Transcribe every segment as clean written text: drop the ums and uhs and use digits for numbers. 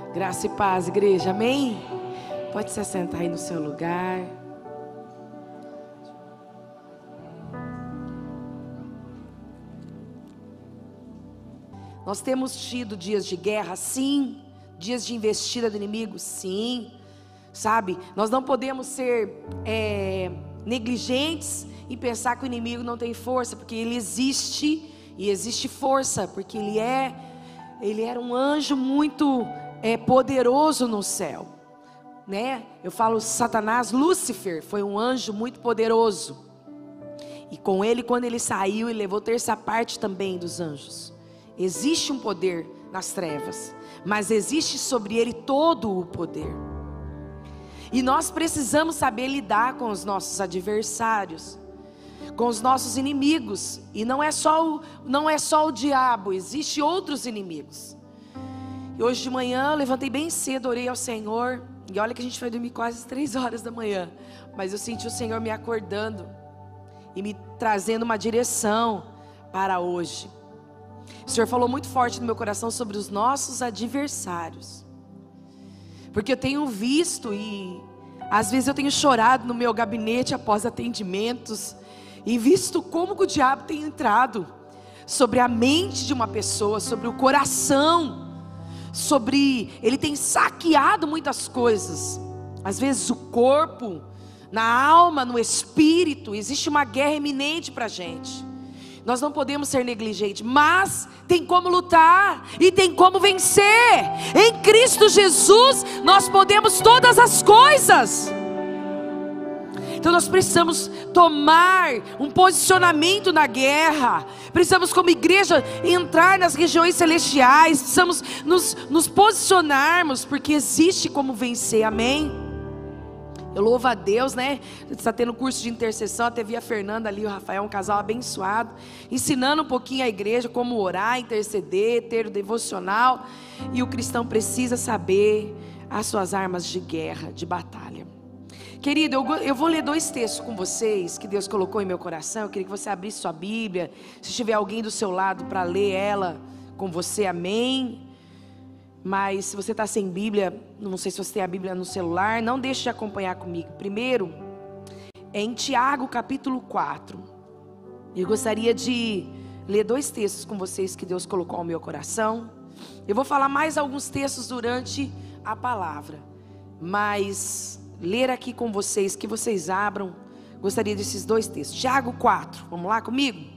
Graça e paz, igreja, amém? Pode se assentar aí no seu lugar. Nós temos tido dias de guerra, sim. Dias de investida do inimigo, sim. Sabe, nós não podemos ser negligentes e pensar que o inimigo não tem força, porque ele existe, e existe força, porque ele era um anjo muito poderoso no céu, né? Eu falo Satanás, Lúcifer foi um anjo muito poderoso, e com ele, quando ele saiu, ele levou terça parte também dos anjos. Existe um poder nas trevas, mas existe sobre ele todo o poder. E nós precisamos saber lidar com os nossos adversários, com os nossos inimigos. E não é só o diabo, existem outros inimigos. E hoje de manhã eu levantei bem cedo, orei ao Senhor. E olha que a gente vai dormir quase 3 horas da manhã. Mas eu senti o Senhor me acordando e me trazendo uma direção para hoje. O Senhor falou muito forte no meu coração sobre os nossos adversários. Porque eu tenho visto e às vezes eu tenho chorado no meu gabinete após atendimentos e visto como que o diabo tem entrado sobre a mente de uma pessoa, sobre o coração, ele tem saqueado muitas coisas, às vezes o corpo, na alma, no espírito. Existe uma guerra iminente para a gente. Nós não podemos ser negligentes, mas tem como lutar e tem como vencer. Em Cristo Jesus nós podemos todas as coisas. Então nós precisamos tomar um posicionamento na guerra. Precisamos, como igreja, entrar nas regiões celestiais. Precisamos nos posicionarmos, porque existe como vencer, amém? Eu louvo a Deus, né? Está tendo curso de intercessão. Até vi a Fernanda ali, o Rafael, um casal abençoado, ensinando um pouquinho a igreja como orar, interceder, ter o devocional. E o cristão precisa saber as suas armas de guerra, de batalha. Querido, eu vou ler 2 textos com vocês que Deus colocou em meu coração. Eu queria que você abrisse sua Bíblia. Se tiver alguém do seu lado para ler ela com você, amém. Mas se você está sem Bíblia, não sei se você tem a Bíblia no celular, não deixe de acompanhar comigo. Primeiro, é em Tiago capítulo 4. Eu gostaria de ler 2 textos com vocês que Deus colocou ao meu coração. Eu vou falar mais alguns textos durante a palavra, mas ler aqui com vocês, que vocês abram, gostaria desses 2 textos. Tiago 4, vamos lá comigo?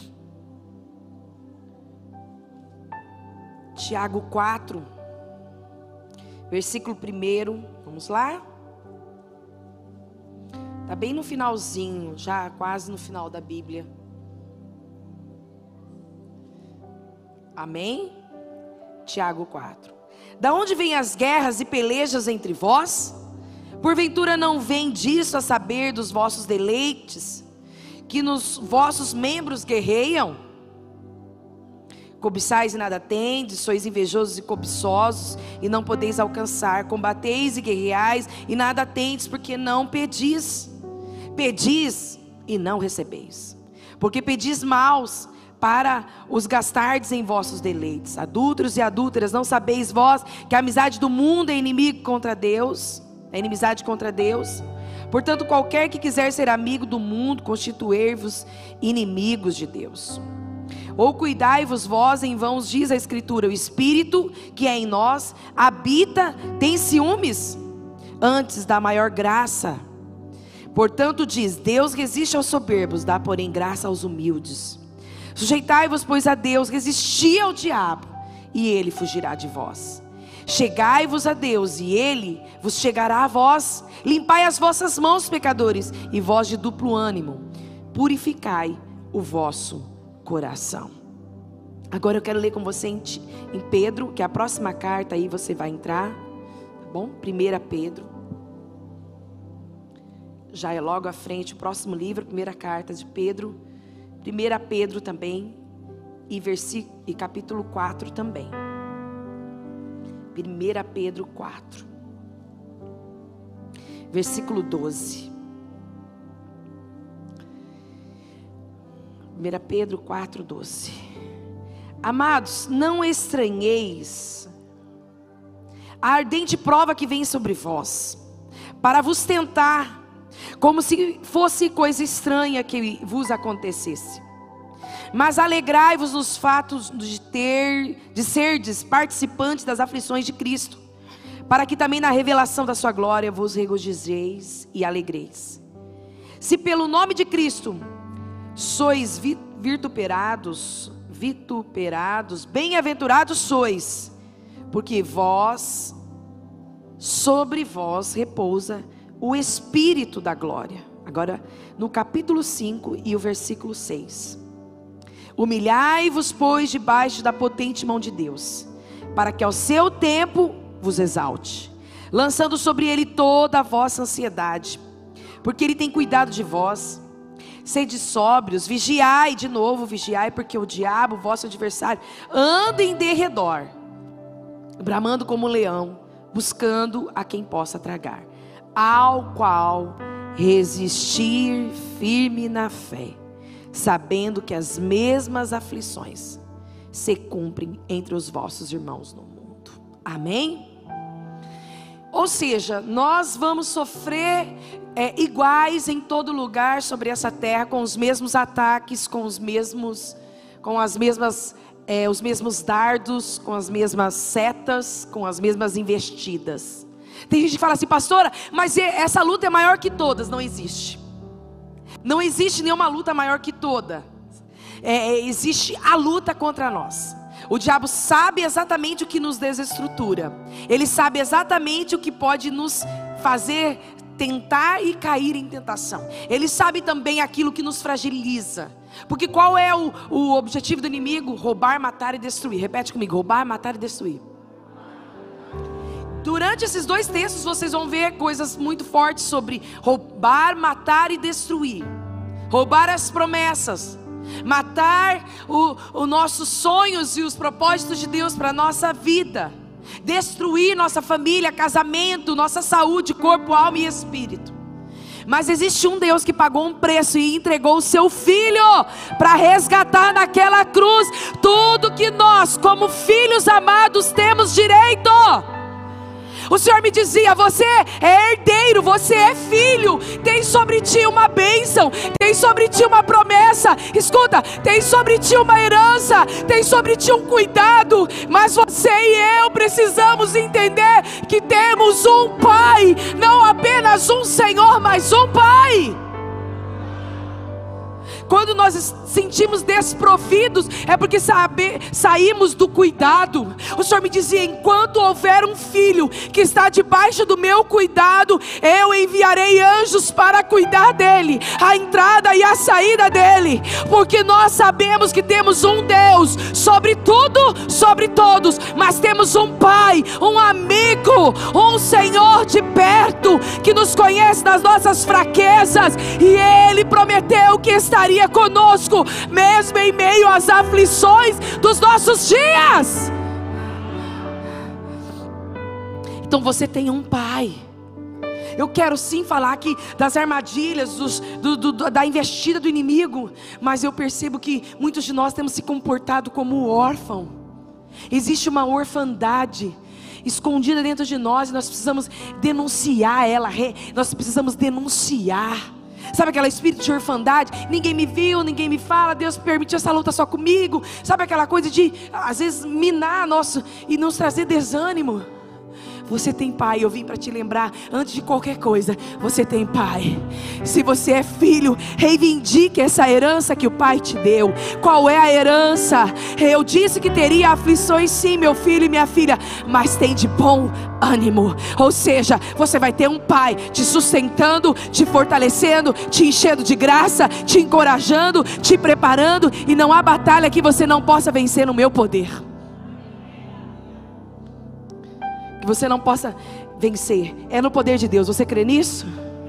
Tiago 4, versículo 1, vamos lá? Está bem no finalzinho, já quase no final da Bíblia. Amém? Tiago 4. Da onde vêm as guerras e pelejas entre vós? Porventura não vem disso a saber dos vossos deleites, que nos vossos membros guerreiam? Cobiçais e nada tendes, sois invejosos e cobiçosos, e não podeis alcançar. Combateis e guerreais, e nada tendes, porque não pedis. Pedis e não recebeis, porque pedis maus, para os gastardes em vossos deleites. Adúlteros e adúlteras, não sabeis vós que a amizade do mundo é inimigo contra Deus? É inimizade contra Deus? Portanto, qualquer que quiser ser amigo do mundo, constituir-vos inimigos de Deus. Ou cuidai-vos vós em vãos, diz a Escritura, o Espírito que é em nós habita, tem ciúmes, antes da maior graça. Portanto diz, Deus resiste aos soberbos, dá porém graça aos humildes. Sujeitai-vos, pois, a Deus, resisti ao diabo, e ele fugirá de vós. Chegai-vos a Deus, e ele vos chegará a vós. Limpai as vossas mãos, pecadores, e vós de duplo ânimo, purificai o vosso coração. Agora eu quero ler com você em Pedro, que é a próxima carta, aí você vai entrar, tá bom? 1 Pedro, já é logo à frente o próximo livro, 1 carta de Pedro, 1 Pedro também, e capítulo 4 também. 1 Pedro 4, versículo 12. 1 Pedro 4, 12. Amados, não estranheis a ardente prova que vem sobre vós, para vos tentar, como se fosse coisa estranha que vos acontecesse. Mas alegrai-vos nos fatos de serdes participantes das aflições de Cristo, para que também na revelação da sua glória vos regozijeis e alegreis. Se pelo nome de Cristo sois vituperados, bem-aventurados sois, porque sobre vós repousa o Espírito da glória. Agora no capítulo 5 e o versículo 6. Humilhai-vos, pois, debaixo da potente mão de Deus, para que ao seu tempo vos exalte, lançando sobre ele toda a vossa ansiedade, porque ele tem cuidado de vós. Sede sóbrios, vigiai, de novo vigiai, porque o diabo, vosso adversário, anda em derredor, bramando como um leão, buscando a quem possa tragar, ao qual resistir firme na fé, sabendo que as mesmas aflições se cumprem entre os vossos irmãos no mundo. Amém? Ou seja, nós vamos sofrer iguais em todo lugar sobre essa terra, com os mesmos ataques, os mesmos dardos, com as mesmas setas, com as mesmas investidas. Tem gente que fala assim: pastora, mas essa luta é maior que todas. Não existe. Não existe nenhuma luta maior que toda. Existe a luta contra nós. O diabo sabe exatamente o que nos desestrutura. Ele sabe exatamente o que pode nos fazer tentar e cair em tentação. Ele sabe também aquilo que nos fragiliza. Porque qual é o objetivo do inimigo? Roubar, matar e destruir. Repete comigo: roubar, matar e destruir. Durante esses dois textos vocês vão ver coisas muito fortes sobre roubar, matar e destruir. Roubar as promessas, matar os nossos sonhos e os propósitos de Deus para a nossa vida, destruir nossa família, casamento, nossa saúde, corpo, alma e espírito. Mas existe um Deus que pagou um preço e entregou o seu Filho para resgatar naquela cruz tudo que nós, como filhos amados, temos direito. O Senhor me dizia: você é herdeiro, você é filho, tem sobre ti uma bênção, tem sobre ti uma promessa, escuta, tem sobre ti uma herança, tem sobre ti um cuidado. Mas você e eu precisamos entender que temos um Pai, não apenas um Senhor, mas um Pai. Quando nós sentimos desprovidos, é porque saímos do cuidado. O Senhor me dizia: enquanto houver um filho que está debaixo do meu cuidado, eu enviarei anjos para cuidar dele, a entrada e a saída dele. Porque nós sabemos que temos um Deus sobre tudo, sobre todos, mas temos um Pai, um amigo, um Senhor de perto, que nos conhece nas nossas fraquezas, e Ele prometeu que estaria conosco, mesmo em meio às aflições dos nossos dias. Então você tem um Pai. Eu quero sim falar aqui das armadilhas, da investida do inimigo, mas eu percebo que muitos de nós temos se comportado como órfão. Existe uma orfandade escondida dentro de nós, e nós precisamos denunciar ela. Nós precisamos denunciar. Sabe aquele espírito de orfandade? Ninguém me viu, ninguém me fala, Deus permitiu essa luta só comigo. Sabe aquela coisa de, às vezes, minar e nos trazer desânimo? Você tem Pai. Eu vim para te lembrar, antes de qualquer coisa, você tem Pai. Se você é filho, reivindique essa herança que o Pai te deu. Qual é a herança? Eu disse que teria aflições, sim, meu filho e minha filha, mas tem de bom ânimo. Ou seja, você vai ter um Pai te sustentando, te fortalecendo, te enchendo de graça, te encorajando, te preparando. E não há batalha que você não possa vencer no meu poder, que você não possa vencer. É no poder de Deus. Você crê nisso?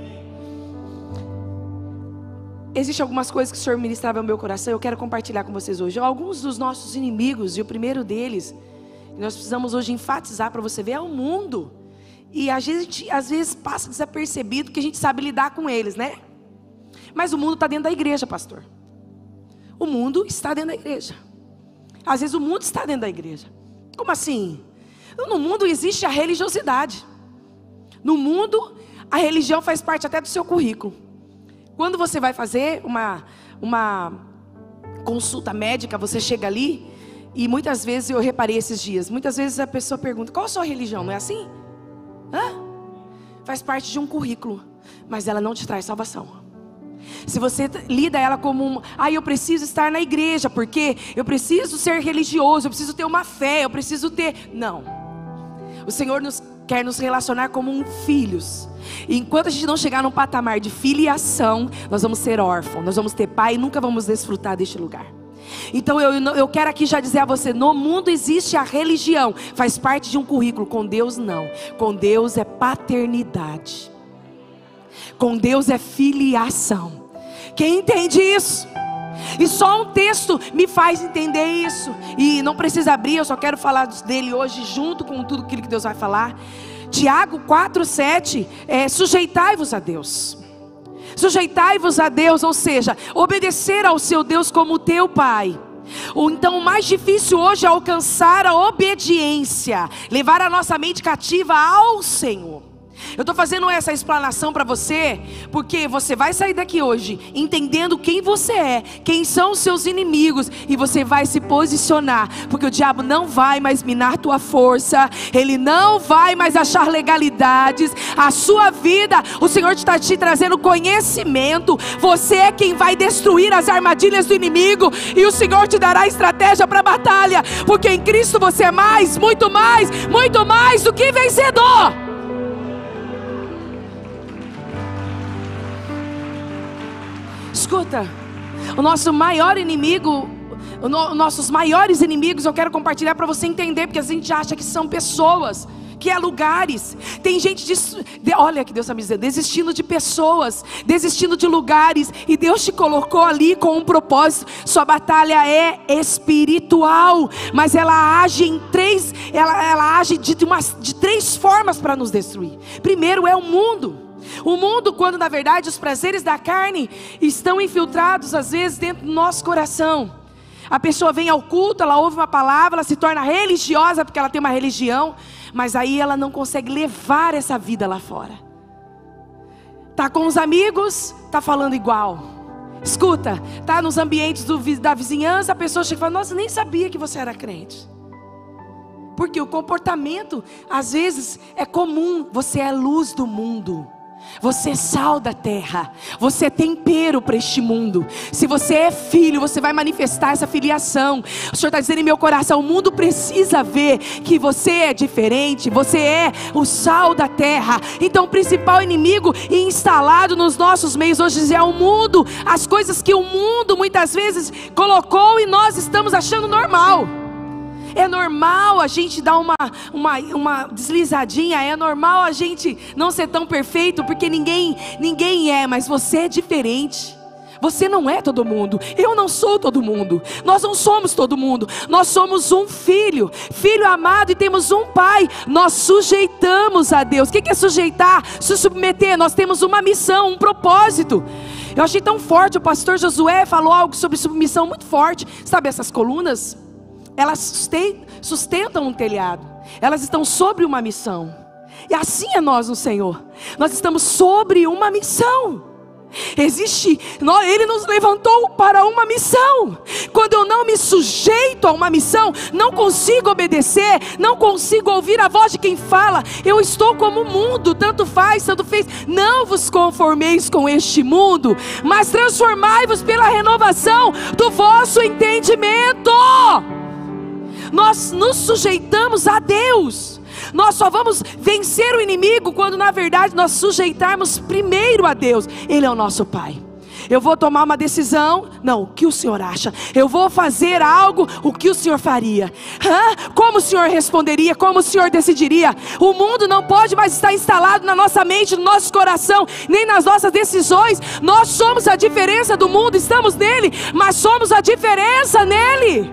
Existem algumas coisas que o Senhor ministrava no meu coração, eu quero compartilhar com vocês hoje. Alguns dos nossos inimigos, e o primeiro deles, que nós precisamos hoje enfatizar para você ver, é o mundo. E a gente às vezes passa desapercebido que a gente sabe lidar com eles, né? Mas o mundo está dentro da igreja, pastor. O mundo está dentro da igreja. Às vezes o mundo está dentro da igreja. Como assim? No mundo existe a religiosidade. No mundo, a religião faz parte até do seu currículo. Quando você vai fazer uma consulta médica, você chega ali, e muitas vezes, eu reparei esses dias, muitas vezes a pessoa pergunta: qual a sua religião? Não é assim? Faz parte de um currículo, mas ela não te traz salvação. Se você lida ela como eu preciso estar na igreja, porque eu preciso ser religioso, eu preciso ter uma fé, eu preciso ter... Não. O Senhor quer nos relacionar como filhos. E enquanto a gente não chegar num patamar de filiação, nós vamos ser órfãos, nós vamos ter pai e nunca vamos desfrutar deste lugar. Então eu quero aqui já dizer a você: no mundo existe a religião, faz parte de um currículo. Com Deus não. Com Deus é paternidade. Com Deus é filiação. Quem entende isso? E só um texto me faz entender isso. E não precisa abrir, eu só quero falar dele hoje junto com tudo aquilo que Deus vai falar. Tiago 4:7 sujeitai-vos a Deus. Sujeitai-vos a Deus, ou seja, obedecer ao seu Deus como teu Pai. Então o mais difícil hoje é alcançar a obediência, levar a nossa mente cativa ao Senhor. Eu estou fazendo essa explanação para você, porque você vai sair daqui hoje entendendo quem você é, quem são os seus inimigos, e você vai se posicionar, porque o diabo não vai mais minar tua força, ele não vai mais achar legalidades. A sua vida, o Senhor está te trazendo conhecimento. Você é quem vai destruir as armadilhas do inimigo, e o Senhor te dará estratégia para a batalha, porque em Cristo você é muito mais do que vencedor. Escuta, o nosso maior inimigo, nossos maiores inimigos, eu quero compartilhar para você entender, porque a gente acha que são pessoas, que é lugares. Tem gente, olha que Deus está me dizendo, desistindo de pessoas, desistindo de lugares, e Deus te colocou ali com um propósito. Sua batalha é espiritual, mas ela age ela age de três formas para nos destruir. Primeiro é o mundo. O mundo, quando na verdade os prazeres da carne estão infiltrados às vezes dentro do nosso coração. A pessoa vem ao culto, ela ouve uma palavra, ela se torna religiosa porque ela tem uma religião, mas aí ela não consegue levar essa vida lá fora. Tá com os amigos, tá falando igual. Escuta, tá nos ambientes da vizinhança, a pessoa chega e fala: nossa, nem sabia que você era crente. Porque o comportamento às vezes é comum. Você é luz do mundo. Você é sal da terra, você é tempero para este mundo. Se você é filho, você vai manifestar essa filiação. O Senhor está dizendo em meu coração: o mundo precisa ver que você é diferente, você é o sal da terra. Então o principal inimigo instalado nos nossos meios hoje é o mundo. As coisas que o mundo muitas vezes colocou e nós estamos achando normal. É normal a gente dar uma deslizadinha, é normal a gente não ser tão perfeito, porque ninguém é, mas você é diferente. Você não é todo mundo, eu não sou todo mundo, nós não somos todo mundo, nós somos um filho amado, e temos um pai. Nós sujeitamos a Deus. O que é sujeitar? Se submeter. Nós temos uma missão, um propósito. Eu achei tão forte, o pastor Josué falou algo sobre submissão muito forte. Sabe essas colunas? Elas sustentam um telhado, elas estão sobre uma missão. E assim é nós no Senhor. Nós estamos sobre uma missão. Ele nos levantou para uma missão. Quando eu não me sujeito a uma missão, não consigo obedecer, não consigo ouvir a voz de quem fala. Eu estou como o mundo, tanto faz, tanto fez. Não vos conformeis com este mundo, mas transformai-vos pela renovação do vosso entendimento. Nós nos sujeitamos a Deus. Nós só vamos vencer o inimigo quando na verdade nós sujeitarmos primeiro a Deus. Ele é o nosso Pai. Eu vou tomar uma decisão, não, o que o Senhor acha? Eu vou fazer algo, o que o Senhor faria? Como o Senhor responderia? Como o Senhor decidiria? O mundo não pode mais estar instalado na nossa mente, no nosso coração, nem nas nossas decisões. Nós somos a diferença do mundo, estamos nele, mas somos a diferença nele.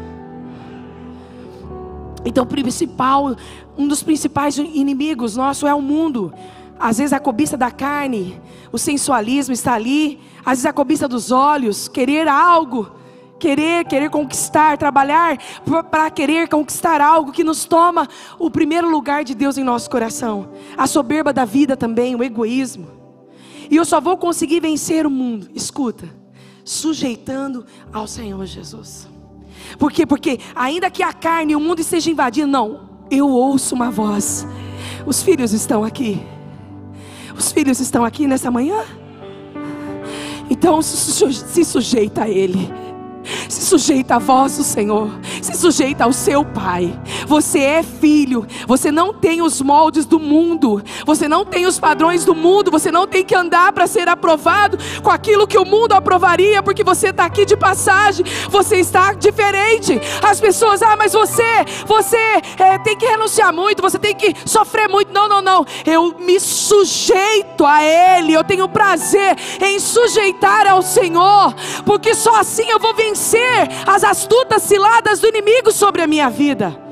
Então um dos principais inimigos nossos é o mundo. Às vezes a cobiça da carne, o sensualismo está ali. Às vezes a cobiça dos olhos, querer algo querer conquistar, trabalhar para querer conquistar algo que nos toma o primeiro lugar de Deus em nosso coração. A soberba da vida também, o egoísmo. E eu só vou conseguir vencer o mundo, escuta, sujeitando ao Senhor Jesus. Por quê? Porque ainda que a carne e o mundo estejam invadindo, não, eu ouço uma voz. Os filhos estão aqui. Os filhos estão aqui nessa manhã. Então se sujeita a Ele. Se sujeita à voz do Senhor. Se sujeita ao seu Pai. Você é filho. Você não tem os moldes do mundo. Você não tem os padrões do mundo. Você não tem que andar para ser aprovado com aquilo que o mundo aprovaria, porque você está aqui de passagem. Você está diferente. As pessoas, mas você tem que renunciar muito. Você tem que sofrer muito. Não. Eu me sujeito a Ele. Eu tenho prazer em sujeitar ao Senhor, porque só assim eu vou vencer as astutas ciladas do inimigo sobre a minha vida.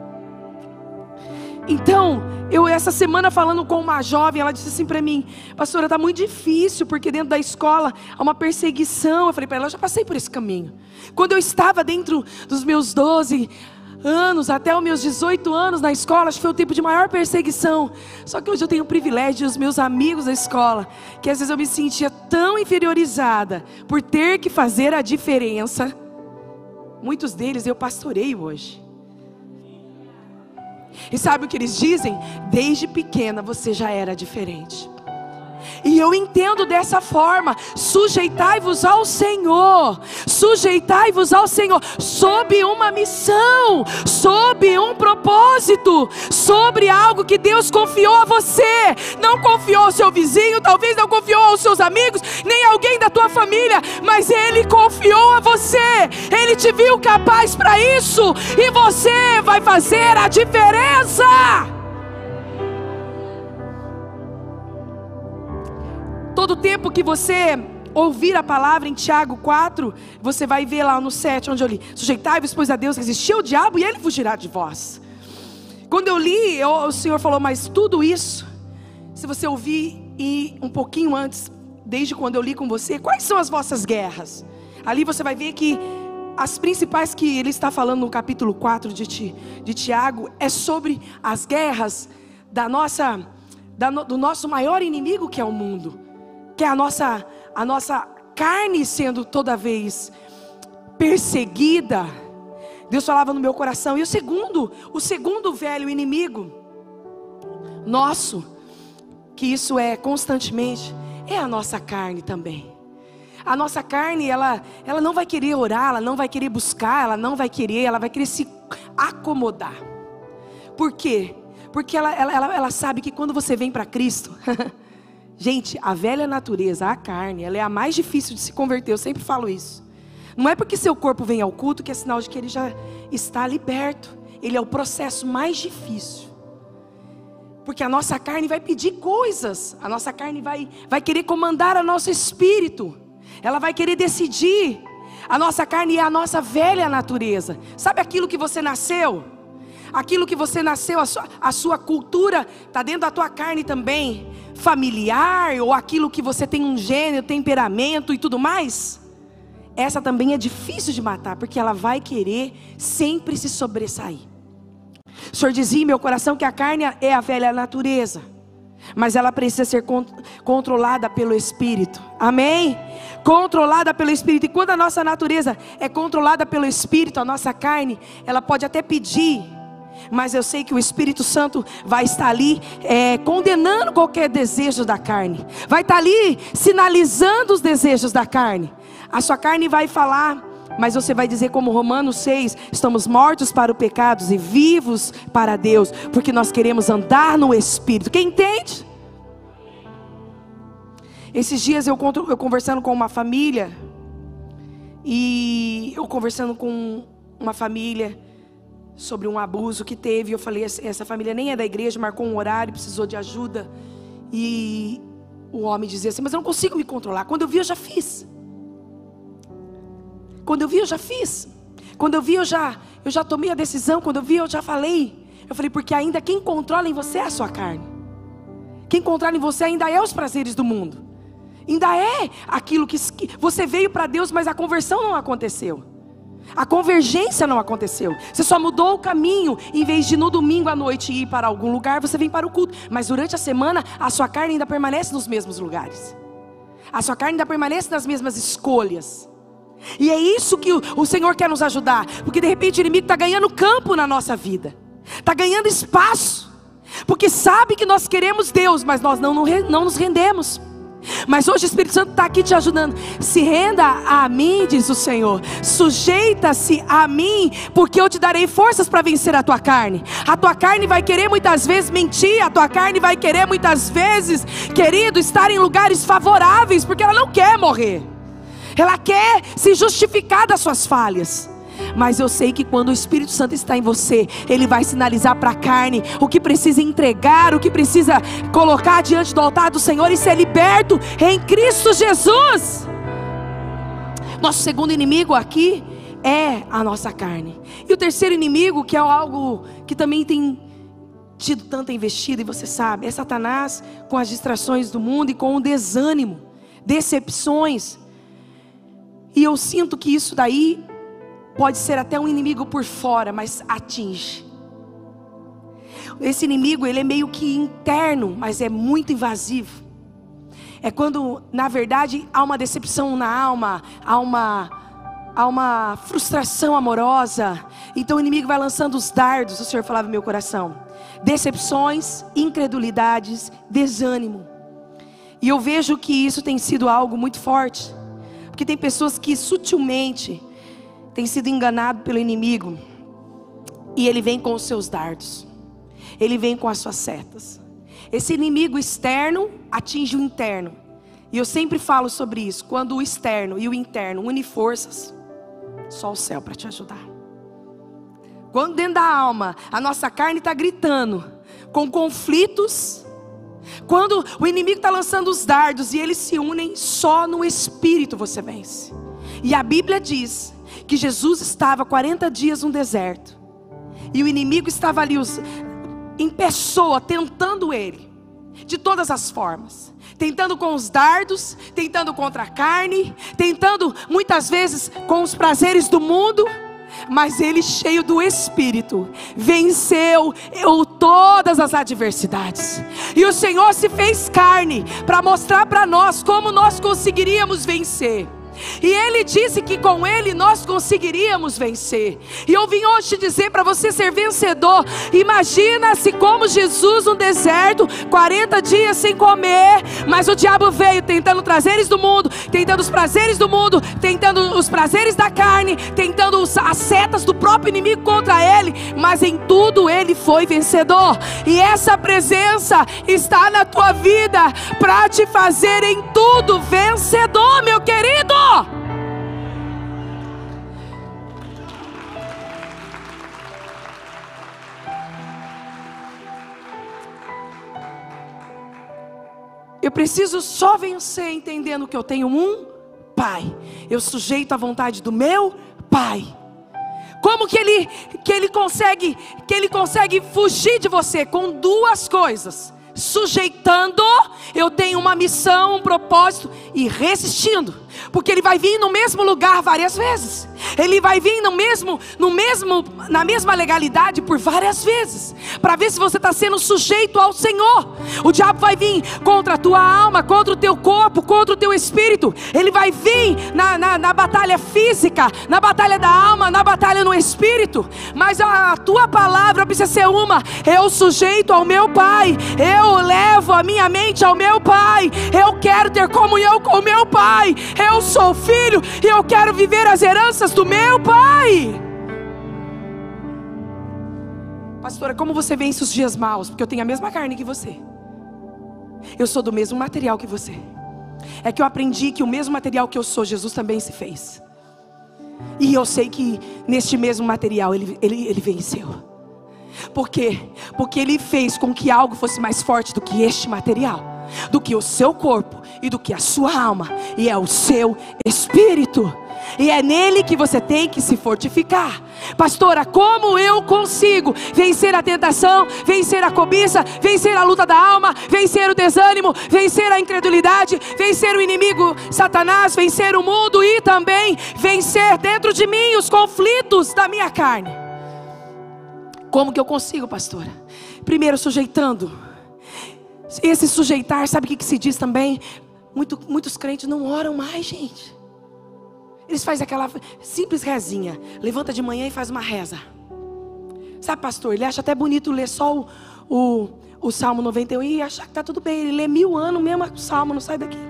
Então, eu essa semana falando com uma jovem, ela disse assim para mim: pastora, está muito difícil, porque dentro da escola há uma perseguição. Eu falei para ela: eu já passei por esse caminho. Quando eu estava dentro dos meus 12 anos, até os meus 18 anos na escola, acho que foi o tempo de maior perseguição. Só que hoje eu tenho o privilégio dos meus amigos da escola, que às vezes eu me sentia tão inferiorizada por ter que fazer a diferença. Muitos deles eu pastoreio hoje. E sabe o que eles dizem? Desde pequena você já era diferente. E eu entendo dessa forma: sujeitai-vos ao Senhor, sujeitai-vos ao Senhor, sob uma missão, sob um propósito, sobre algo que Deus confiou a você. Não confiou ao seu vizinho, talvez não confiou aos seus amigos, nem alguém da tua família, mas Ele confiou a você. Ele te viu capaz para isso, e você vai fazer a diferença. Todo tempo que você ouvir a palavra em Tiago 4, você vai ver lá no 7, onde eu li: sujeitai-vos, pois, a Deus, resistir ao diabo e ele fugirá de vós. Quando eu li, o Senhor falou: mas tudo isso, se você ouvir e um pouquinho antes, desde quando eu li com você, quais são as vossas guerras? Ali você vai ver que as principais que ele está falando no capítulo 4 de Tiago é sobre as guerras do nosso maior inimigo, que é o mundo, que é a nossa carne sendo toda vez perseguida. Deus falava no meu coração. E o segundo velho inimigo nosso, que isso é constantemente, é a nossa carne também. A nossa carne, ela não vai querer orar, ela não vai querer buscar, ela vai querer se acomodar. Por quê? Porque ela sabe que quando você vem para Cristo, gente, a velha natureza, a carne, ela é a mais difícil de se converter. Eu sempre falo isso. Não é porque seu corpo vem ao culto que é sinal de que ele já está liberto. Ele é o processo mais difícil. Porque a nossa carne vai pedir coisas. A nossa carne vai querer comandar o nosso espírito. Ela vai querer decidir. A nossa carne é a nossa velha natureza. Sabe aquilo que você nasceu? Aquilo que você nasceu, a sua cultura está dentro da tua carne também, familiar, ou aquilo que você tem um gênero, temperamento e tudo mais. Essa também é difícil de matar, porque ela vai querer sempre se sobressair. O Senhor dizia em meu coração que a carne é a velha natureza, mas ela precisa ser controlada pelo Espírito. Amém? Controlada pelo Espírito. E quando a nossa natureza é controlada pelo Espírito, a nossa carne, ela pode até pedir, mas eu sei que o Espírito Santo vai estar ali condenando qualquer desejo da carne. Vai estar ali sinalizando os desejos da carne. A sua carne vai falar, mas você vai dizer como Romanos 6: estamos mortos para o pecado e vivos para Deus, porque nós queremos andar no Espírito. Quem entende? Esses dias eu conversando com uma família, e eu conversando com uma família sobre um abuso que teve. Eu falei: essa família nem é da igreja, marcou um horário, precisou de ajuda. E o homem dizia assim: mas eu não consigo me controlar. Quando eu vi, eu já fiz. Quando eu vi, eu já fiz. Quando eu vi, eu já tomei a decisão. Quando eu vi, eu já falei. Eu falei: porque ainda quem controla em você é a sua carne. Quem controla em você ainda é os prazeres do mundo. Ainda é aquilo que você veio para Deus, mas a conversão não aconteceu. A convergência não aconteceu. Você só mudou o caminho. Em vez de no domingo à noite ir para algum lugar, você vem para o culto. Mas durante a semana, a sua carne ainda permanece nos mesmos lugares. A sua carne ainda permanece nas mesmas escolhas. E é isso que o Senhor quer nos ajudar. Porque de repente o inimigo está ganhando campo na nossa vida. Está ganhando espaço. Porque sabe que nós queremos Deus, mas nós não nos rendemos. Mas hoje o Espírito Santo está aqui te ajudando. Se renda a mim, diz o Senhor. Sujeita-se a mim, porque eu te darei forças para vencer a tua carne. A tua carne vai querer muitas vezes mentir. A tua carne vai querer muitas vezes, querido, estar em lugares favoráveis, porque ela não quer morrer. Ela quer se justificar das suas falhas. Mas eu sei que quando o Espírito Santo está em você, Ele vai sinalizar para a carne o que precisa entregar, o que precisa colocar diante do altar do Senhor e ser liberto em Cristo Jesus. Nosso segundo inimigo aqui é a nossa carne. E o terceiro inimigo, que é algo que também tem tido tanta investida, e você sabe, é Satanás com as distrações do mundo e com o desânimo, decepções. E eu sinto que isso daí pode ser até um inimigo por fora, mas atinge. Esse inimigo, ele é meio que interno, mas é muito invasivo. É quando, na verdade, há uma decepção na alma, há uma frustração amorosa. Então o inimigo vai lançando os dardos, o Senhor falava no meu coração. Decepções, incredulidades, desânimo. E eu vejo que isso tem sido algo muito forte. Porque tem pessoas que sutilmente tem sido enganado pelo inimigo, e ele vem com os seus dardos, ele vem com as suas setas. Esse inimigo externo atinge o interno, e eu sempre falo sobre isso. Quando o externo e o interno unem forças, só o céu para te ajudar. Quando dentro da alma a nossa carne está gritando com conflitos, quando o inimigo está lançando os dardos e eles se unem, só no Espírito você vence. E a Bíblia diz que Jesus estava 40 dias no deserto, e o inimigo estava ali em pessoa, tentando ele, de todas as formas, tentando com os dardos, tentando contra a carne, tentando muitas vezes com os prazeres do mundo. Mas ele, cheio do Espírito, venceu todas as adversidades. E o Senhor se fez carne para mostrar para nós como nós conseguiríamos vencer. E Ele disse que com Ele nós conseguiríamos vencer. E eu vim hoje te dizer, para você ser vencedor, imagina-se como Jesus no deserto, 40 dias sem comer, mas o diabo veio tentando prazeres do mundo, tentando os prazeres do mundo, tentando os prazeres da carne, tentando as setas do próprio inimigo contra Ele, mas em tudo Ele foi vencedor. E essa presença está na tua vida para te fazer em tudo vencedor, meu querido. Eu preciso só vencer entendendo que eu tenho um Pai. Eu sujeito à vontade do meu Pai. Como que ele consegue fugir de você? Com duas coisas: sujeitando, eu tenho uma missão, um propósito, e resistindo, porque ele vai vir no mesmo lugar várias vezes. Ele vai vir na mesma legalidade por várias vezes, para ver se você está sendo sujeito ao Senhor. O diabo vai vir contra a tua alma, contra o teu corpo, contra o teu espírito. Ele vai vir na batalha física, na batalha da alma, na batalha no espírito. Mas a tua palavra precisa ser uma: eu sujeito ao meu Pai, eu levo a minha mente ao meu Pai, eu quero ter comunhão com o meu Pai, eu sou filho e eu quero viver as heranças do meu Pai. Pastora, como você vence os dias maus? Porque eu tenho a mesma carne que você, eu sou do mesmo material que você. É que eu aprendi que o mesmo material que eu sou, Jesus também se fez. E eu sei que neste mesmo material ele venceu. Por quê? Porque Ele fez com que algo fosse mais forte do que este material, do que o seu corpo e do que a sua alma, e é o seu espírito. e é nele que você tem que se fortificar. Pastora, como eu consigo vencer a tentação, vencer a cobiça, vencer a luta da alma, vencer o desânimo, vencer a incredulidade, vencer o inimigo Satanás, vencer o mundo e também vencer dentro de mim os conflitos da minha carne? Como que eu consigo, pastora? Primeiro, sujeitando. Esse sujeitar, sabe o que se diz também? Muitos crentes não oram mais, gente. Eles fazem aquela simples rezinha. Levanta de manhã e faz uma reza. Sabe, pastor, ele acha até bonito ler só o Salmo 91 e achar que está tudo bem. Ele lê 1000 anos mesmo o Salmo, não sai daqui.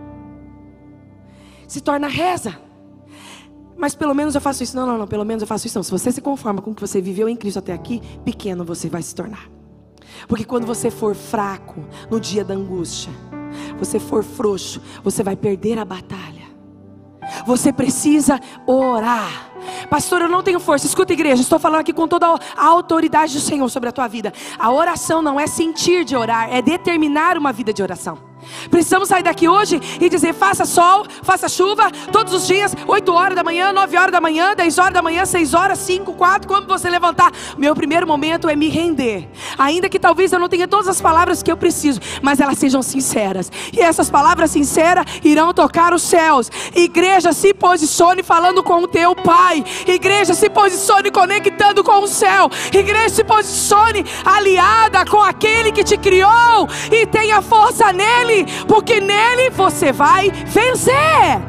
Se torna reza. Mas pelo menos eu faço isso. Não, pelo menos eu faço isso não. Se você se conforma com o que você viveu em Cristo até aqui, pequeno você vai se tornar. Porque quando você for fraco no dia da angústia, você for frouxo, você vai perder a batalha. Você precisa orar. Pastor, eu não tenho força. Escuta, igreja, estou falando aqui com toda a autoridade do Senhor sobre a tua vida. A oração não é sentir de orar, é determinar uma vida de oração. Precisamos sair daqui hoje e dizer: faça sol, faça chuva, todos os dias, 8 horas da manhã, 9 horas da manhã, 10 horas da manhã, 6 horas, 5, 4, quando você levantar. Meu primeiro momento é me render. Ainda que talvez eu não tenha todas as palavras que eu preciso, mas elas sejam sinceras. E essas palavras sinceras irão tocar os céus. Igreja, se posicione falando com o teu Pai. Igreja, se posicione conectando com o céu. Igreja, se posicione aliada com aquele que te criou e tenha força nele, porque nele você vai vencer.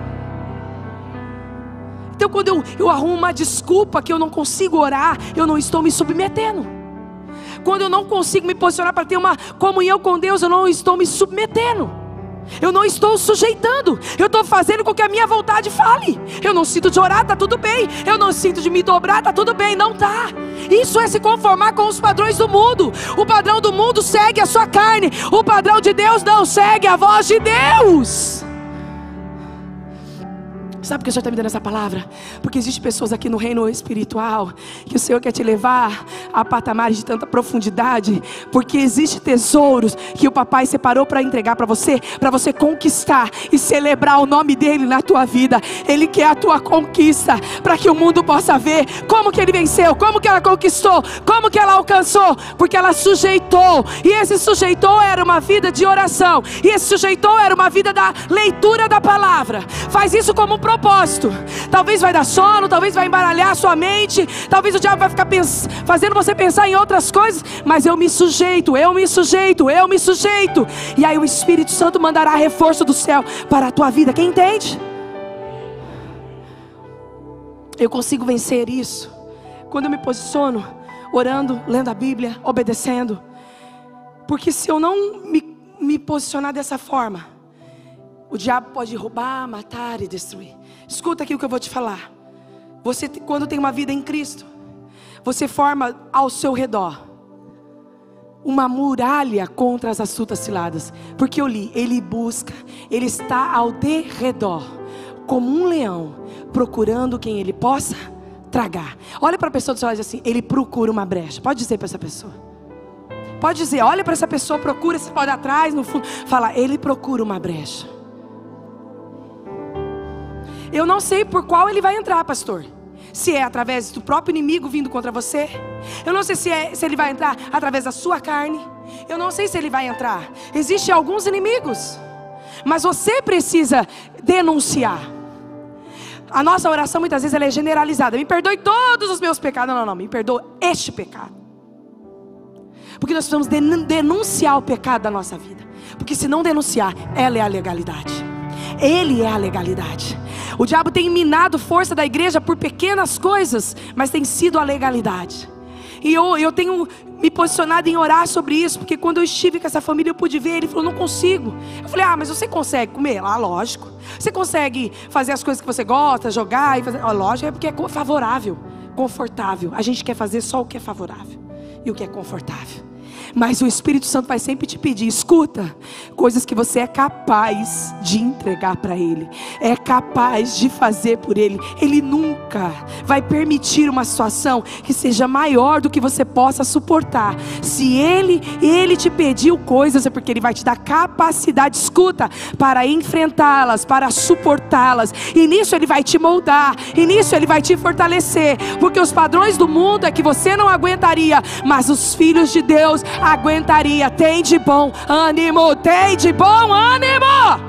Então quando eu arrumo uma desculpa que eu não consigo orar, eu não estou me submetendo. Quando eu não consigo me posicionar para ter uma comunhão com Deus, eu não estou me submetendo. Eu não estou sujeitando. Eu estou fazendo com que a minha vontade fale. Eu não sinto de orar, está tudo bem. Eu não sinto de me dobrar, está tudo bem. Não está. Isso é se conformar com os padrões do mundo. O padrão do mundo segue a sua carne. O padrão de Deus não segue a voz de Deus. Sabe por que o Senhor está me dando essa palavra? Porque existem pessoas aqui no reino espiritual que o Senhor quer te levar a patamares de tanta profundidade, porque existem tesouros que o papai separou para entregar para você conquistar e celebrar o nome dele na tua vida. Ele quer a tua conquista, para que o mundo possa ver como que ele venceu, como que ela conquistou, como que ela alcançou, porque ela sujeitou. E esse sujeitou era uma vida de oração, e esse sujeitou era uma vida da leitura da palavra. Faz isso como um propósito. Talvez vai dar sono, talvez vai embaralhar a sua mente, talvez o diabo vai ficar fazendo você pensar em outras coisas, mas eu me sujeito. E aí o Espírito Santo mandará reforço do céu para a tua vida. Quem entende? Eu consigo vencer isso quando eu me posiciono orando, lendo a Bíblia, obedecendo. Porque se eu não me posicionar dessa forma, o diabo pode roubar, matar e destruir. Escuta aqui o que eu vou te falar. Você, quando tem uma vida em Cristo, você forma ao seu redor uma muralha contra as astutas ciladas. Porque eu li, ele busca, ele está ao derredor, como um leão, procurando quem ele possa tragar. Olha para a pessoa do seu lado e diz assim: ele procura uma brecha. Pode dizer para essa pessoa. Pode dizer, olha para essa pessoa, procura, você pode atrás, no fundo. Fala, ele procura uma brecha. Eu não sei por qual ele vai entrar, pastor. Se é através do próprio inimigo vindo contra você. Eu não sei se ele vai entrar através da sua carne. Eu não sei se ele vai entrar. Existem alguns inimigos, mas você precisa denunciar. A nossa oração muitas vezes ela é generalizada. Me perdoe todos os meus pecados. Não, me perdoa este pecado. Porque nós precisamos denunciar o pecado da nossa vida. Porque se não denunciar, ela é a legalidade. Ele é a legalidade. O diabo tem minado força da igreja por pequenas coisas, mas tem sido a legalidade. E eu tenho me posicionado em orar sobre isso, porque quando eu estive com essa família eu pude ver, ele falou, não consigo. Eu falei, mas você consegue comer? Lógico. Você consegue fazer as coisas que você gosta, jogar e fazer? Lógico, é porque é favorável, confortável. A gente quer fazer só o que é favorável e o que é confortável. Mas o Espírito Santo vai sempre te pedir, escuta, coisas que você é capaz de entregar para Ele, é capaz de fazer por Ele. Ele nunca vai permitir uma situação que seja maior do que você possa suportar. Se Ele te pediu coisas, é porque Ele vai te dar capacidade, escuta, para enfrentá-las, para suportá-las. E nisso Ele vai te moldar, e nisso Ele vai te fortalecer, porque os padrões do mundo é que você não aguentaria, mas os filhos de Deus aguentaria. Tem de bom ânimo, tem de bom ânimo.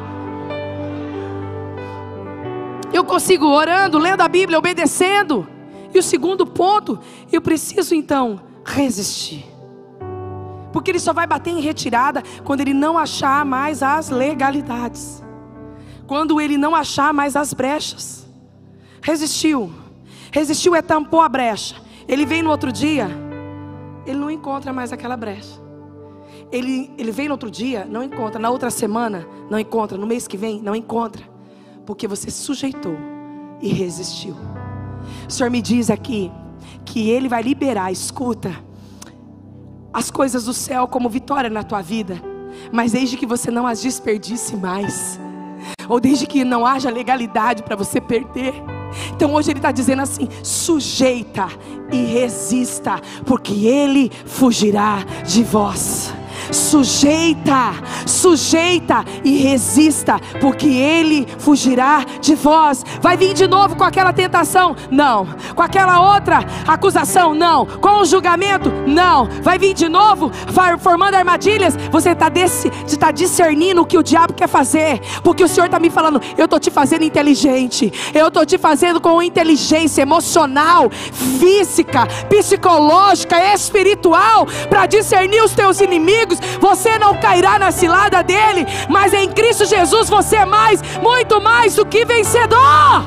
Eu consigo orando, lendo a Bíblia, obedecendo. E o segundo ponto, eu preciso então resistir, porque ele só vai bater em retirada quando ele não achar mais as legalidades, quando ele não achar mais as brechas. Resistiu é tampou a brecha. Ele vem no outro dia, ele não encontra mais aquela brecha. Ele vem no outro dia, não encontra. Na outra semana, não encontra. No mês que vem, não encontra. Porque você sujeitou e resistiu. O Senhor me diz aqui que Ele vai liberar, escuta, as coisas do céu como vitória na tua vida, mas desde que você não as desperdice mais, ou desde que não haja legalidade para você perder. Então hoje Ele está dizendo assim: sujeita e resista, porque Ele fugirá de vós. Sujeita e resista, porque Ele fugirá de vós. Vai vir de novo com aquela tentação? Não. Com aquela outra acusação? Não. Com o julgamento? Não. Vai vir de novo formando armadilhas? Você está discernindo o que o diabo quer fazer, porque o Senhor está me falando: eu estou te fazendo inteligente, eu estou te fazendo com inteligência emocional, física, psicológica, espiritual, para discernir os teus inimigos. Você não cairá na cilada dele, mas em Cristo Jesus você é muito mais do que vencedor.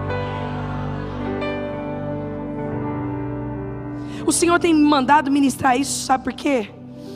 O Senhor tem me mandado ministrar isso, sabe por quê?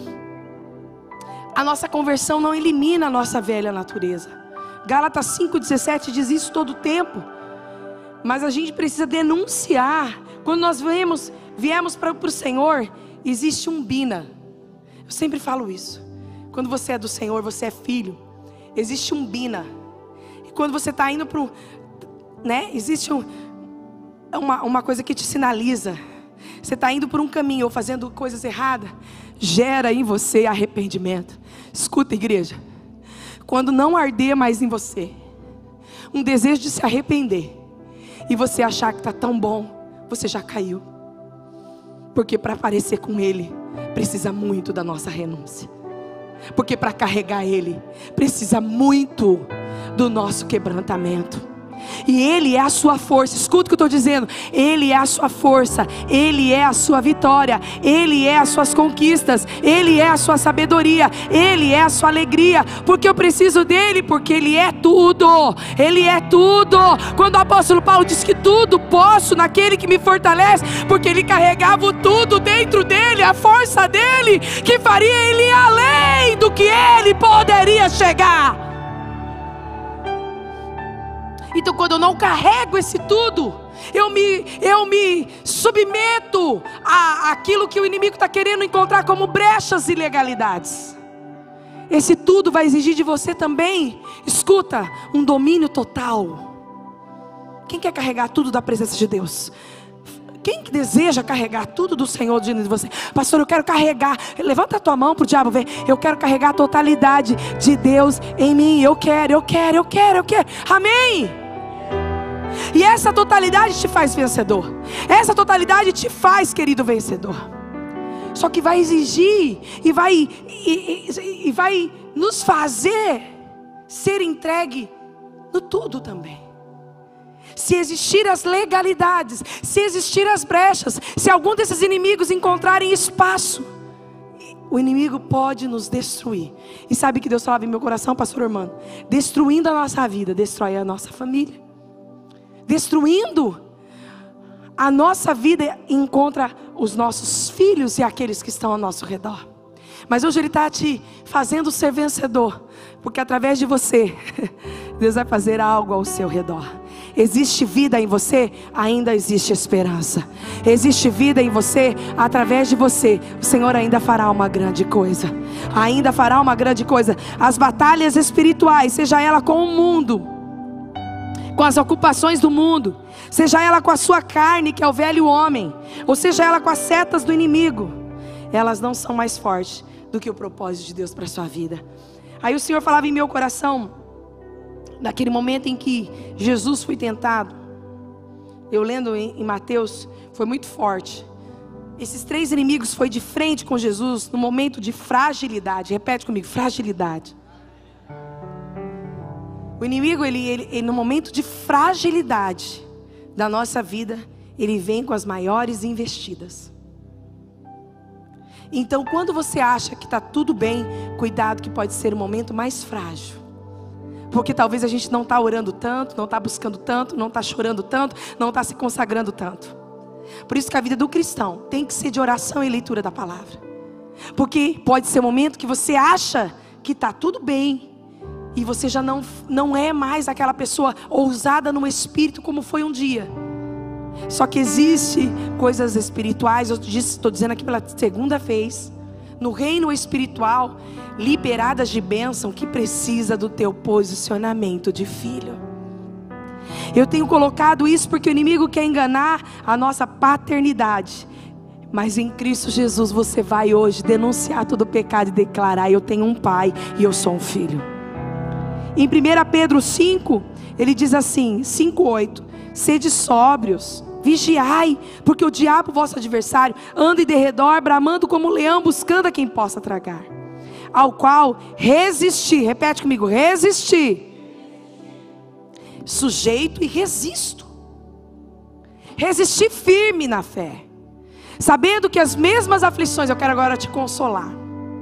A nossa conversão não elimina a nossa velha natureza. Gálatas 5,17 diz isso todo o tempo. Mas a gente precisa denunciar. Quando nós viemos para o Senhor, existe um bina. Eu sempre falo isso. Quando você é do Senhor, você é filho, existe um bina. E quando você está indo para existe uma coisa que te sinaliza. Você está indo por um caminho ou fazendo coisas erradas, gera em você arrependimento. Escuta, igreja, quando não arder mais em você um desejo de se arrepender, e você achar que está tão bom, você já caiu. Porque para parecer com Ele, precisa muito da nossa renúncia. Porque para carregar Ele, precisa muito do nosso quebrantamento. E Ele é a sua força. Escuta o que eu estou dizendo. Ele é a sua força, Ele é a sua vitória, Ele é as suas conquistas, Ele é a sua sabedoria, Ele é a sua alegria. Porque eu preciso dEle, porque Ele é tudo. Ele é tudo. Quando o apóstolo Paulo diz que tudo posso naquele que me fortalece, porque ele carregava o tudo dentro dele, a força dele, que faria ele ir além do que ele poderia chegar. Então quando eu não carrego esse tudo, eu me submeto àquilo que o inimigo está querendo encontrar como brechas e ilegalidades. Esse tudo vai exigir de você também, escuta, um domínio total. Quem quer carregar tudo da presença de Deus? Quem deseja carregar tudo do Senhor dentro de você? Pastor, eu quero carregar. Levanta a tua mão para o diabo ver. Eu quero carregar a totalidade de Deus em mim. Eu quero. Amém? E essa totalidade te faz vencedor. Essa totalidade te faz, querido, vencedor. Só que vai exigir e vai nos fazer ser entregue no tudo também. Se existir as legalidades, se existir as brechas, se algum desses inimigos encontrarem espaço, o inimigo pode nos destruir. E sabe que Deus falava em meu coração, pastor Armando? Destruindo a nossa vida, destrói a nossa família. Destruindo a nossa vida, encontra os nossos filhos e aqueles que estão ao nosso redor. Mas hoje Ele está te fazendo ser vencedor, porque através de você, Deus vai fazer algo ao seu redor. existe vida em você, ainda existe esperança. Existe vida em você, através de você, o Senhor ainda fará uma grande coisa. Ainda fará uma grande coisa. As batalhas espirituais, seja ela com o mundo, com as ocupações do mundo, seja ela com a sua carne, que é o velho homem, ou seja ela com as setas do inimigo, elas não são mais fortes do que o propósito de Deus para a sua vida. Aí o Senhor falava em meu coração, naquele momento em que Jesus foi tentado. Eu lendo em Mateus, foi muito forte. Esses 3 inimigos foi de frente com Jesus, no momento de fragilidade. Repete comigo, fragilidade. O inimigo, ele no momento de fragilidade da nossa vida, ele vem com as maiores investidas. Então, quando você acha que está tudo bem, cuidado que pode ser o momento mais frágil. Porque talvez a gente não está orando tanto, não está buscando tanto, não está chorando tanto, não está se consagrando tanto. Por isso que a vida do cristão tem que ser de oração e leitura da palavra. Porque pode ser o momento que você acha que está tudo bem, e você já não é mais aquela pessoa ousada no espírito como foi um dia. Só que existe coisas espirituais, eu estou dizendo aqui pela segunda vez, no reino espiritual, liberadas de bênção, que precisa do teu posicionamento de filho. Eu tenho colocado isso porque o inimigo quer enganar a nossa paternidade. Mas em Cristo Jesus você vai hoje denunciar todo o pecado e declarar: eu tenho um pai e eu sou um filho. Em 1 Pedro 5, ele diz assim, 5:8: sede sóbrios, vigiai, porque o diabo, vosso adversário, anda em derredor, bramando como um leão, buscando a quem possa tragar. Ao qual resistir, repete comigo, resistir. Sujeito e resisto. Resistir firme na fé, sabendo que as mesmas aflições, eu quero agora te consolar.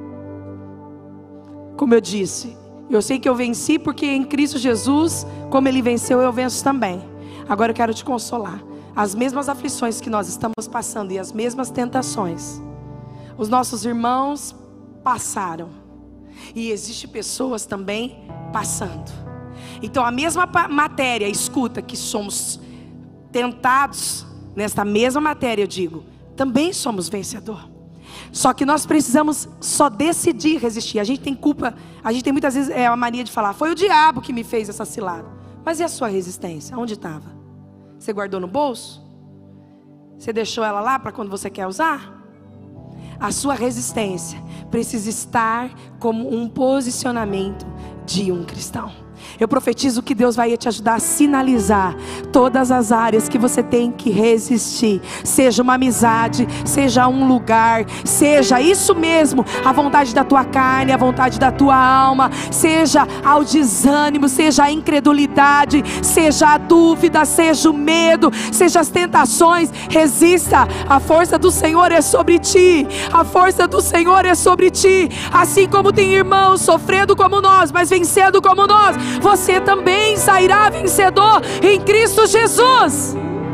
Como eu disse, eu sei que eu venci porque em Cristo Jesus, como Ele venceu, eu venço também. Agora eu quero te consolar. As mesmas aflições que nós estamos passando e as mesmas tentações, os nossos irmãos passaram. E existem pessoas também passando. Então a mesma matéria, escuta, que somos tentados, nesta mesma matéria eu digo, também somos vencedor. Só que nós precisamos só decidir resistir. A gente tem culpa, a gente tem muitas vezes a mania de falar: foi o diabo que me fez essa cilada. Mas e a sua resistência? Onde estava? Você guardou no bolso? Você deixou ela lá para quando você quer usar? A sua resistência precisa estar como um posicionamento de um cristão. Eu profetizo que Deus vai te ajudar a sinalizar todas as áreas que você tem que resistir. Seja uma amizade, seja um lugar, seja isso mesmo, a vontade da tua carne, a vontade da tua alma, seja ao desânimo, seja a incredulidade, seja a dúvida, seja o medo, seja as tentações. Resista, a força do Senhor é sobre ti. A força do Senhor é sobre ti. Assim como tem irmãos sofrendo como nós, mas vencendo como nós, você também sairá vencedor em Cristo Jesus.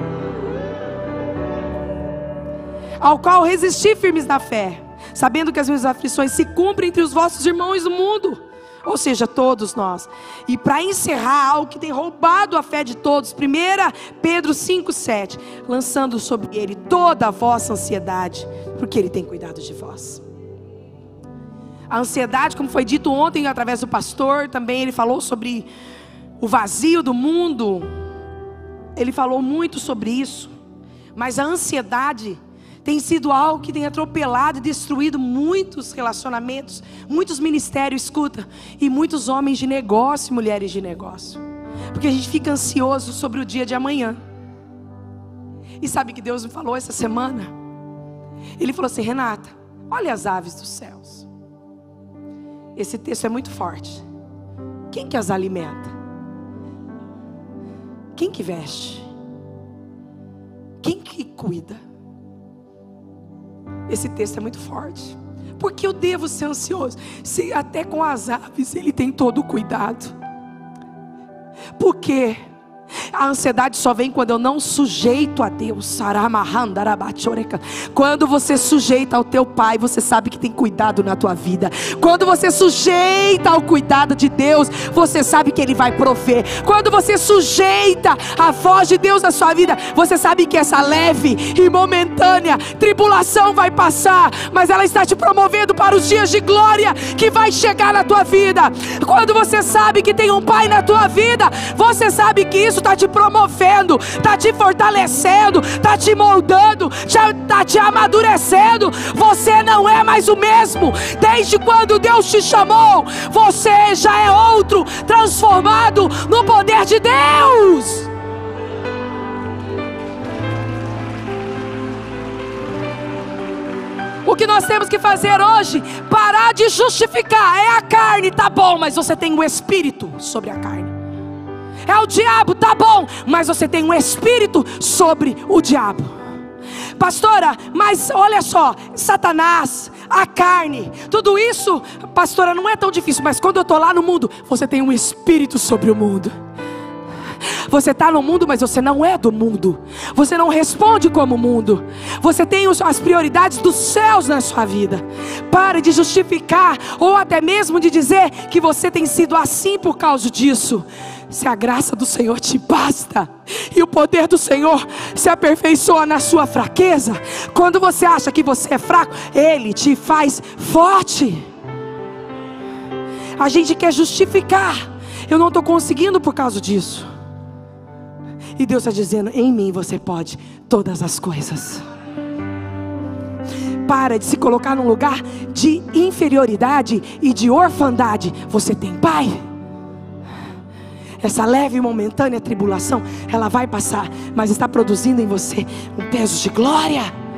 Ao qual resistir firmes na fé, sabendo que as minhas aflições se cumprem entre os vossos irmãos do mundo, ou seja, todos nós. E para encerrar, algo que tem roubado a fé de todos, 1 Pedro 5:7, lançando sobre ele toda a vossa ansiedade, porque ele tem cuidado de vós. A ansiedade, como foi dito ontem através do pastor, também ele falou sobre o vazio do mundo. Ele falou muito sobre isso. Mas a ansiedade tem sido algo que tem atropelado e destruído muitos relacionamentos, muitos ministérios, escuta, e muitos homens de negócio e mulheres de negócio. Porque a gente fica ansioso sobre o dia de amanhã. E sabe que Deus me falou essa semana? Ele falou assim: Renata, olha as aves dos céus. Esse texto é muito forte. Quem que as alimenta? Quem que veste? Quem que cuida? Esse texto é muito forte. Por que eu devo ser ansioso? Se até com as aves Ele tem todo o cuidado. Por quê? A ansiedade só vem quando eu não sujeito a Deus. Quando você sujeita ao teu pai, você sabe que tem cuidado na tua vida. Quando você sujeita ao cuidado de Deus, você sabe que Ele vai prover. Quando você sujeita a voz de Deus na sua vida, você sabe que essa leve e momentânea tribulação vai passar, mas ela está te promovendo para os dias de glória que vai chegar na tua vida. Quando você sabe que tem um pai na tua vida, você sabe que isso está te promovendo, está te fortalecendo, está te moldando, está te amadurecendo. Você não é mais o mesmo. Desde quando Deus te chamou, você já é outro, transformado no poder de Deus. O que nós temos que fazer hoje? Parar de justificar. É a carne, tá bom, mas você tem o Espírito sobre a carne. É o diabo, tá bom, mas você tem um Espírito sobre o diabo. Pastora, mas olha só, Satanás, a carne, tudo isso, pastora, não é tão difícil. Mas quando eu estou lá no mundo, você tem um Espírito sobre o mundo. Você está no mundo, mas você não é do mundo. Você não responde como o mundo. Você tem as prioridades dos céus na sua vida. Pare de justificar, ou até mesmo de dizer que você tem sido assim por causa disso. Se a graça do Senhor te basta, e o poder do Senhor se aperfeiçoa na sua fraqueza. Quando você acha que você é fraco, Ele te faz forte. A gente quer justificar. Eu não estou conseguindo por causa disso. E Deus está dizendo: em mim você pode todas as coisas. Para de se colocar num lugar de inferioridade e de orfandade. Você tem pai. Essa leve e momentânea tribulação, ela vai passar, mas está produzindo em você um peso de glória.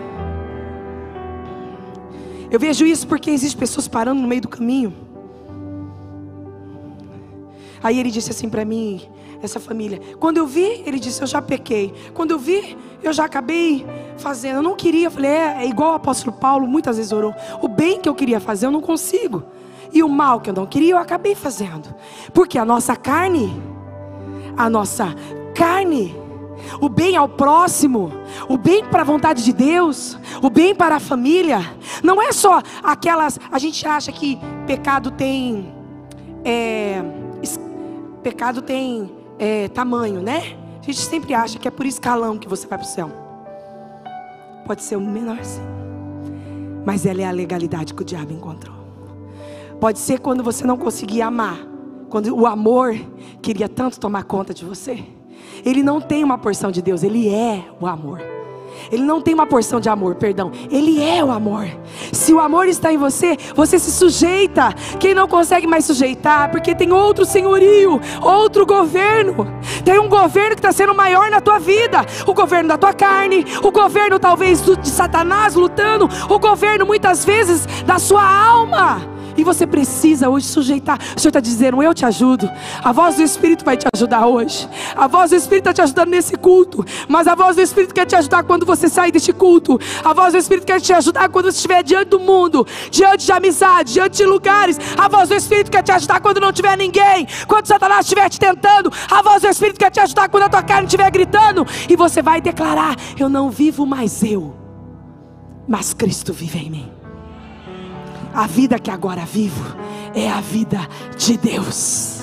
Eu vejo isso porque existem pessoas parando no meio do caminho. Aí ele disse assim para mim, essa família, quando eu vi, ele disse: eu já pequei. Quando eu vi, eu já acabei fazendo. Eu não queria, eu falei, é igual o apóstolo Paulo muitas vezes orou. O bem que eu queria fazer, eu não consigo. E o mal que eu não queria, eu acabei fazendo. Porque a nossa carne, o bem ao próximo, o bem para a vontade de Deus, o bem para a família, não é só aquelas. A gente acha que pecado tem tamanho, né? A gente sempre acha que é por escalão que você vai para o céu. Pode ser o menorzinho, mas ela é a legalidade que o diabo encontrou. Pode ser quando você não conseguia amar, quando o amor queria tanto tomar conta de você. Ele não tem uma porção de Deus, Ele é o amor. Ele não tem uma porção de amor, perdão. Ele é o amor. Se o amor está em você, você se sujeita. Quem não consegue mais sujeitar, porque tem outro senhorio, outro governo. Tem um governo que está sendo maior na tua vida. O governo da tua carne, o governo talvez de Satanás lutando, o governo muitas vezes da sua alma. E você precisa hoje sujeitar. O Senhor está dizendo: eu te ajudo. A voz do Espírito vai te ajudar hoje. A voz do Espírito está te ajudando nesse culto. Mas a voz do Espírito quer te ajudar quando você sair deste culto. A voz do Espírito quer te ajudar quando você estiver diante do mundo, diante de amizade, diante de lugares. A voz do Espírito quer te ajudar quando não tiver ninguém. Quando Satanás estiver te tentando, a voz do Espírito quer te ajudar quando a tua carne estiver gritando. E você vai declarar: eu não vivo mais eu, mas Cristo vive em mim. A vida que agora vivo é a vida de Deus.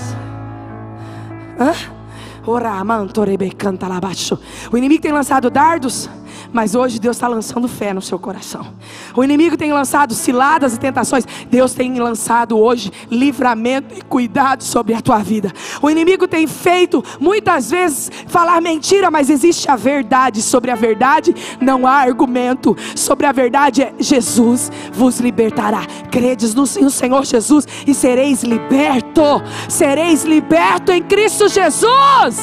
O inimigo tem lançado dardos, mas hoje Deus está lançando fé no seu coração. O inimigo tem lançado ciladas e tentações. Deus tem lançado hoje livramento e cuidado sobre a tua vida. O inimigo tem feito muitas vezes falar mentira, mas existe a verdade. Sobre a verdade não há argumento. Sobre a verdade é: Jesus vos libertará. Credes no Senhor Jesus e sereis liberto. Sereis liberto em Cristo Jesus.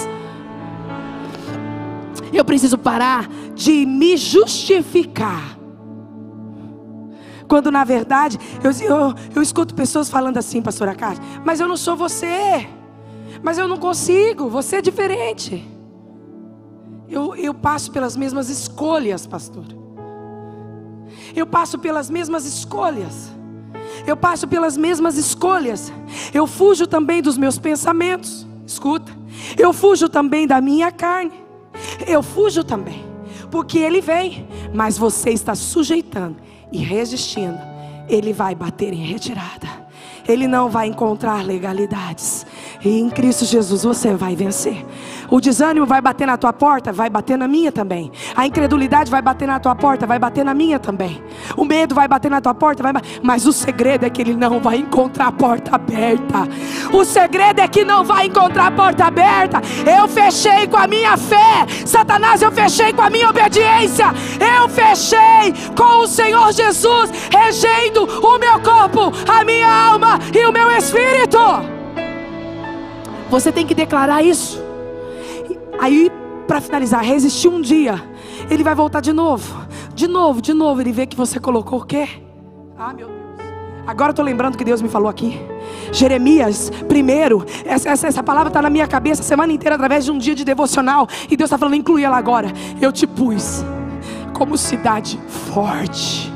Eu preciso parar de me justificar, quando na verdade eu escuto pessoas falando assim: pastora Cátia, mas eu não sou você, mas eu não consigo, você é diferente. Eu passo pelas mesmas escolhas, pastor. Eu passo pelas mesmas escolhas. Eu passo pelas mesmas escolhas. Eu fujo também dos meus pensamentos. Escuta, eu fujo também da minha carne. Eu fujo também, porque ele vem, mas você está sujeitando e resistindo. Ele vai bater em retirada. Ele não vai encontrar legalidades. E em Cristo Jesus você vai vencer. O desânimo vai bater na tua porta, vai bater na minha também. A incredulidade vai bater na tua porta, vai bater na minha também. O medo vai bater na tua porta, mas o segredo é que ele não vai encontrar a porta aberta. O segredo é que não vai encontrar a porta aberta. Eu fechei com a minha fé. Satanás, eu fechei com a minha obediência. Eu fechei com o Senhor Jesus regendo o meu corpo, a minha alma e o meu espírito. Você tem que declarar isso. Aí, para finalizar, resistir um dia, ele vai voltar de novo. De novo, ele vê que você colocou o quê? Ah, meu Deus. Agora eu estou lembrando que Deus me falou aqui. Jeremias, primeiro, essa palavra está na minha cabeça a semana inteira através de um dia de devocional. E Deus está falando, inclui ela agora. Eu te pus como cidade forte.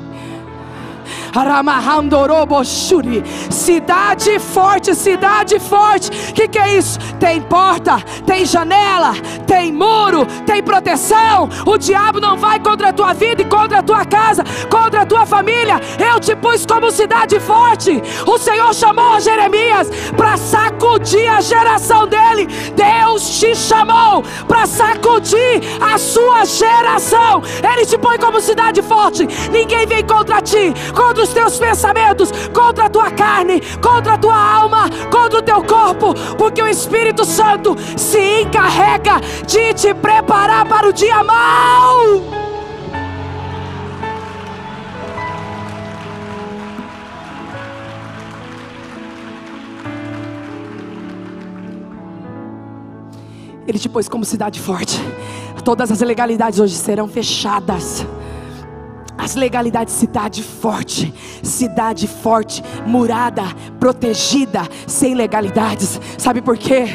Cidade forte, cidade forte. Que é isso? Tem porta, tem janela, tem muro, tem proteção. O diabo não vai contra a tua vida e contra a tua casa, contra a tua família. Eu te pus como cidade forte. O Senhor chamou a Jeremias para sacudir a geração dele. Deus te chamou para sacudir a sua geração. Ele te põe como cidade forte. Ninguém vem contra ti, contra os teus pensamentos, contra a tua carne, contra a tua alma, contra o teu corpo, porque o Espírito Santo se encarrega de te preparar para o dia mau. Ele te pôs como cidade forte. Todas as ilegalidades hoje serão fechadas. As legalidades, cidade forte, murada, protegida, sem legalidades. Sabe por quê?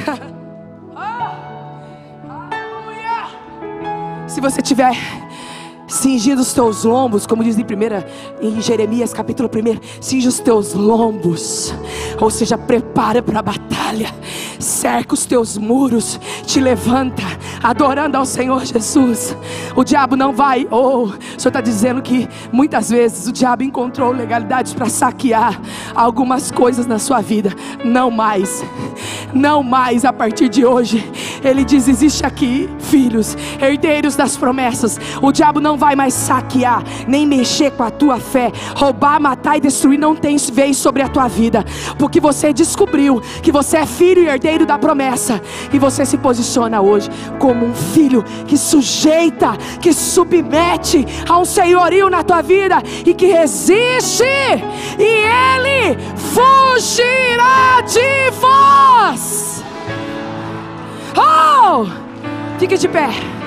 Se você tiver cingindo os teus lombos, como diz em Jeremias capítulo 1, cinge os teus lombos, ou seja, prepara para a batalha, cerca os teus muros, te levanta, adorando ao Senhor Jesus. O diabo não vai, o Senhor está dizendo que muitas vezes o diabo encontrou legalidades para saquear algumas coisas na sua vida. Não mais, a partir de hoje. Ele diz, existe aqui filhos, herdeiros das promessas. O diabo não vai mais saquear, nem mexer com a tua fé. Roubar, matar e destruir não tem vez sobre a tua vida, porque você descobriu que você é filho e herdeiro da promessa. E você se posiciona hoje como um filho que sujeita, que submete a um senhorio na tua vida e que resiste, e ele fugirá de vós. Oh! Fique de pé.